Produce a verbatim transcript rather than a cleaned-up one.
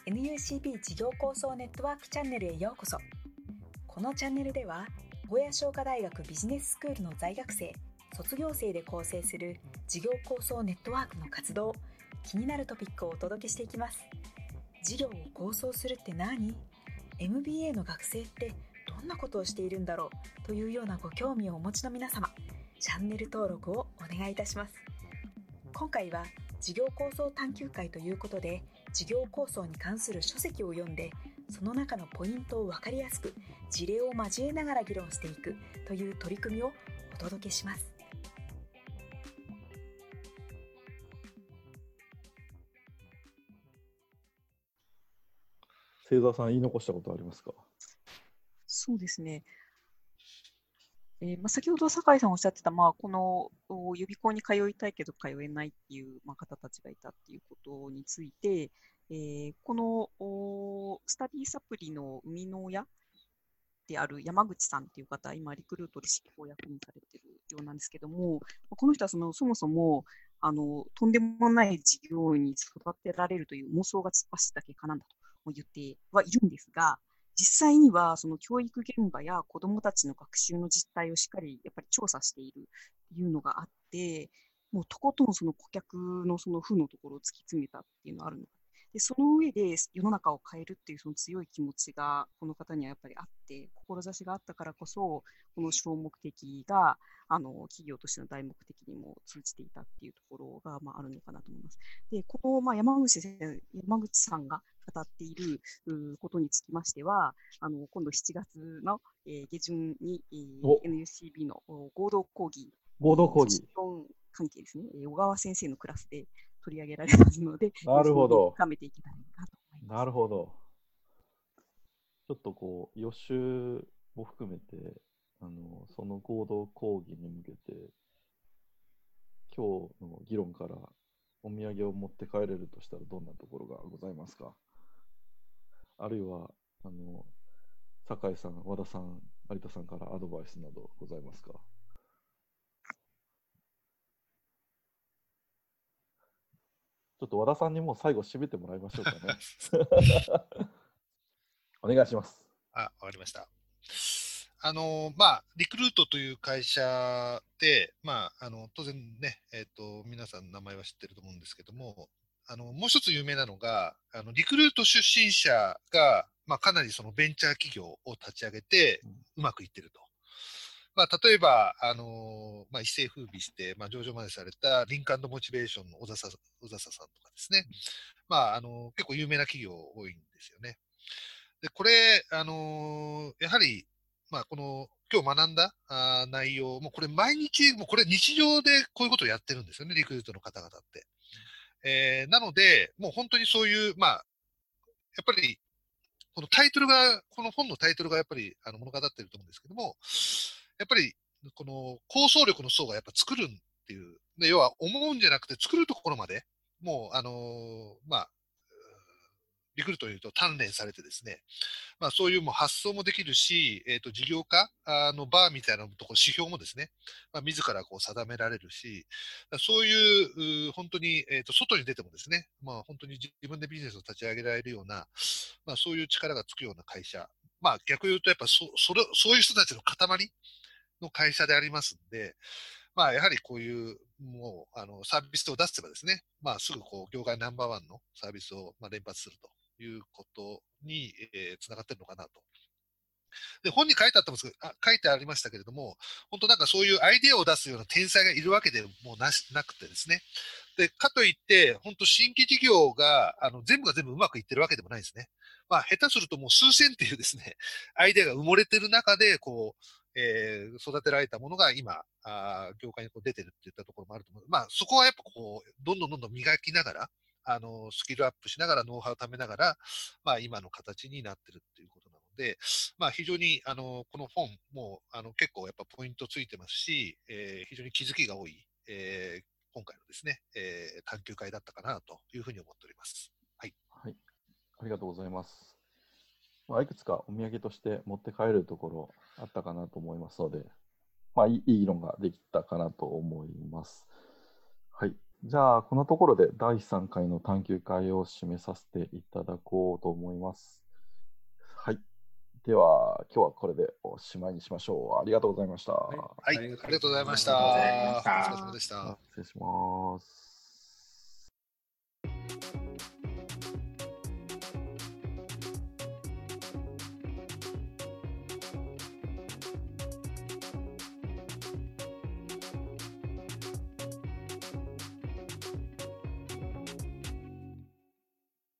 エヌユーシービー 事業構想ネットワークチャンネルへようこそ。このチャンネルでは、名古屋商科大学ビジネススクールの在学生、卒業生で構成する事業構想ネットワークの活動、気になるトピックをお届けしていきます。事業を構想するって何？ エムビーエー の学生ってどんなことをしているんだろうというようなご興味をお持ちの皆様、チャンネル登録をお願いいたします。今回は事業構想探究会ということで、事業構想に関する書籍を読んで、その中のポイントを分かりやすく事例を交えながら議論していくという取り組みをお届けします。 清澤さん、言い残したことありますか？ そうですね。えーまあ、先ほど酒井さんおっしゃってた、まあ、このお予備校に通いたいけど通えないっていう、まあ、方たちがいたっていうことについて、えーこのおスタディサプリの生みの親である山口さんっていう方、今、リクルートで執行役員されてるようなんですけども、この人はそのそもそもあのとんでもない事業に育てられるという妄想が突っ走った結果なんだと言ってはいるんですが、実際にはその教育現場や子どもたちの学習の実態をしっかりやっぱり調査しているというのがあって、もうとことんその顧客のその負のところを突き詰めたっていうのがあるので、その上で世の中を変えるっていうその強い気持ちがこの方にはやっぱりあって、志があったからこそ、この小目的があの企業としての大目的にも通じていたっていうところが、まあ、あるのかなと思います。で、この、まあ、山口先生、山口さんが語っていることにつきましては、あの今度しちがつの、えー、下旬に、えー、エヌユーシービー の合同講義、 合同講義関係ですね、小川先生のクラスで取り上げられますので、 なるほど。 深めていけたらいいかと思います。 なるほど。ちょっとこう予習も含めて、あのその合同講義に向けて、今日の議論からお土産を持って帰れるとしたらどんなところがございますか？あるいはあの酒井さん、和田さん、有田さんからアドバイスなどございますか？ちょっと和田さんにもう最後締めてもらいましょうかね。お願いします。 あ、わかりました。あの、まあ、リクルートという会社で、まあ、あの、当然ね、えっと、皆さん名前は知ってると思うんですけども、あの、もう一つ有名なのが、あの、リクルート出身者が、まあ、かなりそのベンチャー企業を立ち上げて、うまくいってると。まあ、例えば、あのまあ、一世風靡して、まあ、上場までされたリンク&モチベーションの小笹小笹さんとかですね。まあ、あの結構有名な企業多いんですよね。で、これ、あのやはり、まあ、この、今日学んだあ内容、もうこれ毎日、もうこれ日常でこういうことをやってるんですよね、リクルートの方々って。えー、なので、もう本当にそういう、まあ、やっぱり、このタイトルが、この本のタイトルがやっぱりあの物語ってると思うんですけども、やっぱり、この構想力の層がやっぱ作るっていう、で要は思うんじゃなくて作るところまで、もう、あのーまあ、リクルートというと鍛錬されてですね、まあ、そういうもう発想もできるし、えっ、と、事業家のバーみたいなところ、指標もですね、まあ、自らこう定められるし、そういう、う本当に、えっ、と、外に出てもですね、まあ、本当に自分でビジネスを立ち上げられるような、まあ、そういう力がつくような会社、まあ、逆に言うと、やっぱそ、それ、そういう人たちの塊の会社でありますんで、まあ、やはりこういう、もう、あの、サービスを出せばですね、まあ、すぐこう、業界ナンバーワンのサービスを、まあ、連発するということに、えー、つながっているのかなと。で、本に書いてあったんですけど、あ、書いてありましたけれども、本当なんかそういうアイデアを出すような天才がいるわけでもなしなくてですね。で、かといって、本当新規事業が、あの、全部が全部うまくいってるわけでもないですね。まあ、下手するともう数千っていうですね、アイデアが埋もれてる中で、こう、えー、育てられたものが今、あ業界にこう出てるっていったところもあると思う。まあ、そこはやっぱこう、どんどんどんどん磨きながら、あの、スキルアップしながら、ノウハウを貯めながら、まあ、今の形になってるっていうことなので、まあ、非常に、あの、この本も、あの、結構やっぱポイントついてますし、えー、非常に気づきが多い、えー、今回のですね、えー、探究会だったかなというふうに思っております。はい。 はい。ありがとうございます。まあ、いくつかお土産として持って帰るところあったかなと思いますので、まあ、いい議論ができたかなと思います。はい。 じゃあ、このところでだいさんかいの探究会を締めさせていただこうと思います。はい。では、今日はこれでおしまいにしましょう。ありがとうございました。 はい、ありがとうございました。 ありがとうございましたお疲れ様でした。 失礼します。